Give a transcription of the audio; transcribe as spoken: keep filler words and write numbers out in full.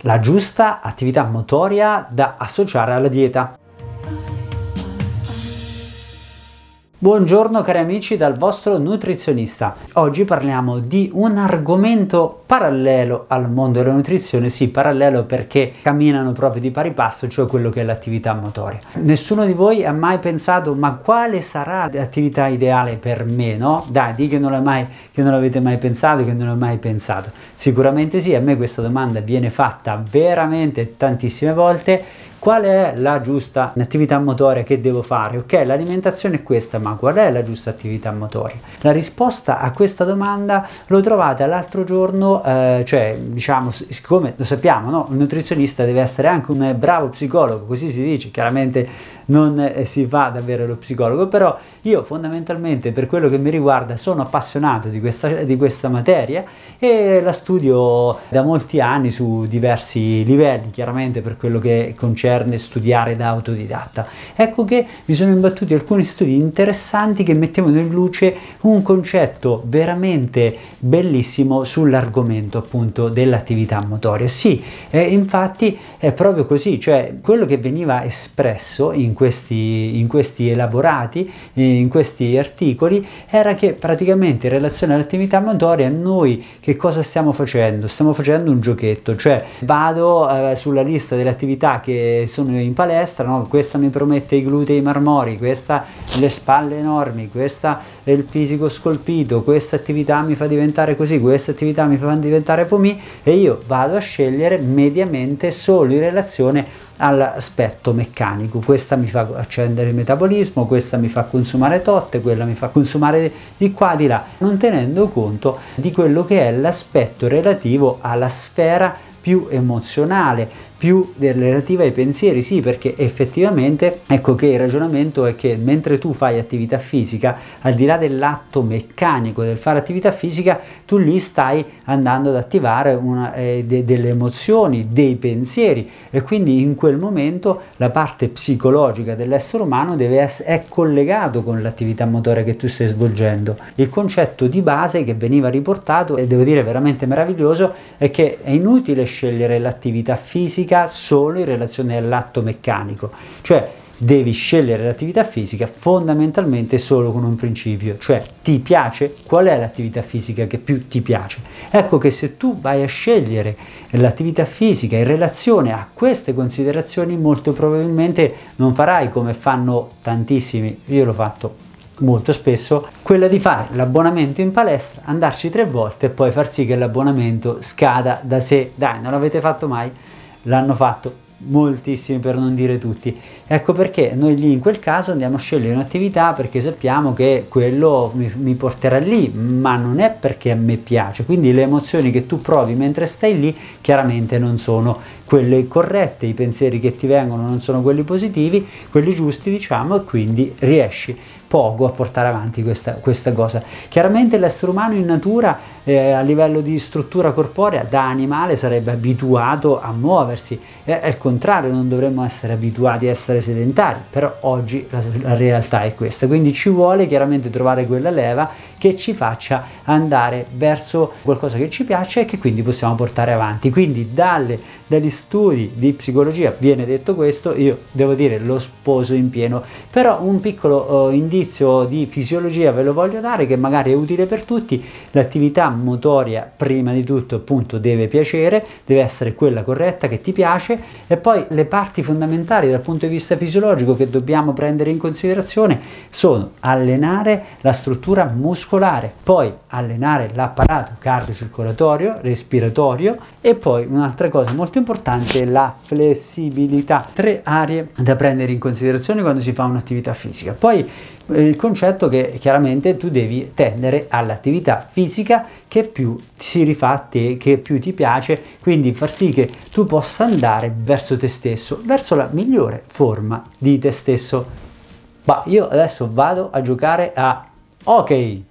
la giusta attività motoria da associare alla dieta. Buongiorno cari amici dal vostro nutrizionista. Oggi parliamo di un argomento parallelo al mondo della nutrizione, sì, parallelo perché camminano proprio di pari passo, cioè quello che è l'attività motoria. Nessuno di voi ha mai pensato ma quale sarà l'attività ideale per me, no? Dai, di che non, l'ha mai, che non l'avete mai pensato, che non l'ho mai pensato. Sicuramente sì, a me questa domanda viene fatta veramente tantissime volte. Qual è la giusta attività motoria che devo fare? Ok, l'alimentazione è questa, ma qual è la giusta attività motoria? La risposta a questa domanda lo trovate l'altro giorno, eh, cioè diciamo, siccome lo sappiamo, no? Un nutrizionista deve essere anche un bravo psicologo, così si dice, chiaramente non eh, si fa davvero lo psicologo, però io fondamentalmente per quello che mi riguarda sono appassionato di questa, di questa materia e la studio da molti anni su diversi livelli, chiaramente per quello che concerne studiare da autodidatta. Ecco che mi sono imbattuti alcuni studi interessanti che mettevano in luce un concetto veramente bellissimo sull'argomento appunto dell'attività motoria. Sì, eh, infatti è proprio così, cioè quello che veniva espresso in questi, in questi elaborati, in questi articoli, era che praticamente in relazione all'attività motoria noi che cosa stiamo facendo? Stiamo facendo un giochetto, cioè vado eh, sulla lista delle attività che sono in palestra, no? Questa mi promette i glutei marmori, questa le spalle enormi, questa è il fisico scolpito, questa attività mi fa diventare così, questa attività mi fa diventare pomì, e io vado a scegliere mediamente solo in relazione all'aspetto meccanico. Questa mi fa accendere il metabolismo, questa mi fa consumare totte, quella mi fa consumare di qua di là, non tenendo conto di quello che è l'aspetto relativo alla sfera più emozionale, più relativa ai pensieri. Sì, perché effettivamente ecco che il ragionamento è che mentre tu fai attività fisica, al di là dell'atto meccanico del fare attività fisica, tu lì stai andando ad attivare una, eh, de, delle emozioni, dei pensieri, e quindi in quel momento la parte psicologica dell'essere umano deve essere, è collegato con l'attività motoria che tu stai svolgendo. Il concetto di base che veniva riportato, e devo dire veramente meraviglioso, è che è inutile scegliere l'attività fisica solo in relazione all'atto meccanico, cioè devi scegliere l'attività fisica fondamentalmente solo con un principio, cioè ti piace? Qual è l'attività fisica che più ti piace? Ecco che se tu vai a scegliere l'attività fisica in relazione a queste considerazioni, molto probabilmente non farai come fanno tantissimi, io l'ho fatto molto spesso, quella di fare l'abbonamento in palestra, andarci tre volte e poi far sì che l'abbonamento scada da sé. Dai, non l'avete fatto mai? L'hanno fatto moltissimi, per non dire tutti. Ecco perché noi lì in quel caso andiamo a scegliere un'attività perché sappiamo che quello mi, mi porterà lì, ma non è perché a me piace. Quindi le emozioni che tu provi mentre stai lì chiaramente non sono quelle corrette, i pensieri che ti vengono non sono quelli positivi, quelli giusti diciamo, e quindi riesci poco a portare avanti questa, questa cosa. Chiaramente l'essere umano in natura eh, a livello di struttura corporea da animale sarebbe abituato a muoversi, e al contrario non dovremmo essere abituati a essere sedentari, però oggi la, la realtà è questa, quindi ci vuole chiaramente trovare quella leva che ci faccia andare verso qualcosa che ci piace e che quindi possiamo portare avanti. Quindi dalle, dagli studi di psicologia viene detto questo, io devo dire lo sposo in pieno, però un piccolo uh, indizio di fisiologia ve lo voglio dare che magari è utile per tutti. L'attività motoria prima di tutto appunto deve piacere, deve essere quella corretta che ti piace, e poi le parti fondamentali dal punto di vista fisiologico che dobbiamo prendere in considerazione sono allenare la struttura muscolare, poi allenare l'apparato cardiocircolatorio, respiratorio, e poi un'altra cosa molto importante è la flessibilità. Tre aree da prendere in considerazione quando si fa un'attività fisica. Poi eh, il concetto che chiaramente tu devi tendere all'attività fisica che più si rifà a te, che più ti piace, quindi far sì che tu possa andare verso te stesso, verso la migliore forma di te stesso. Ma io adesso vado a giocare a hockey.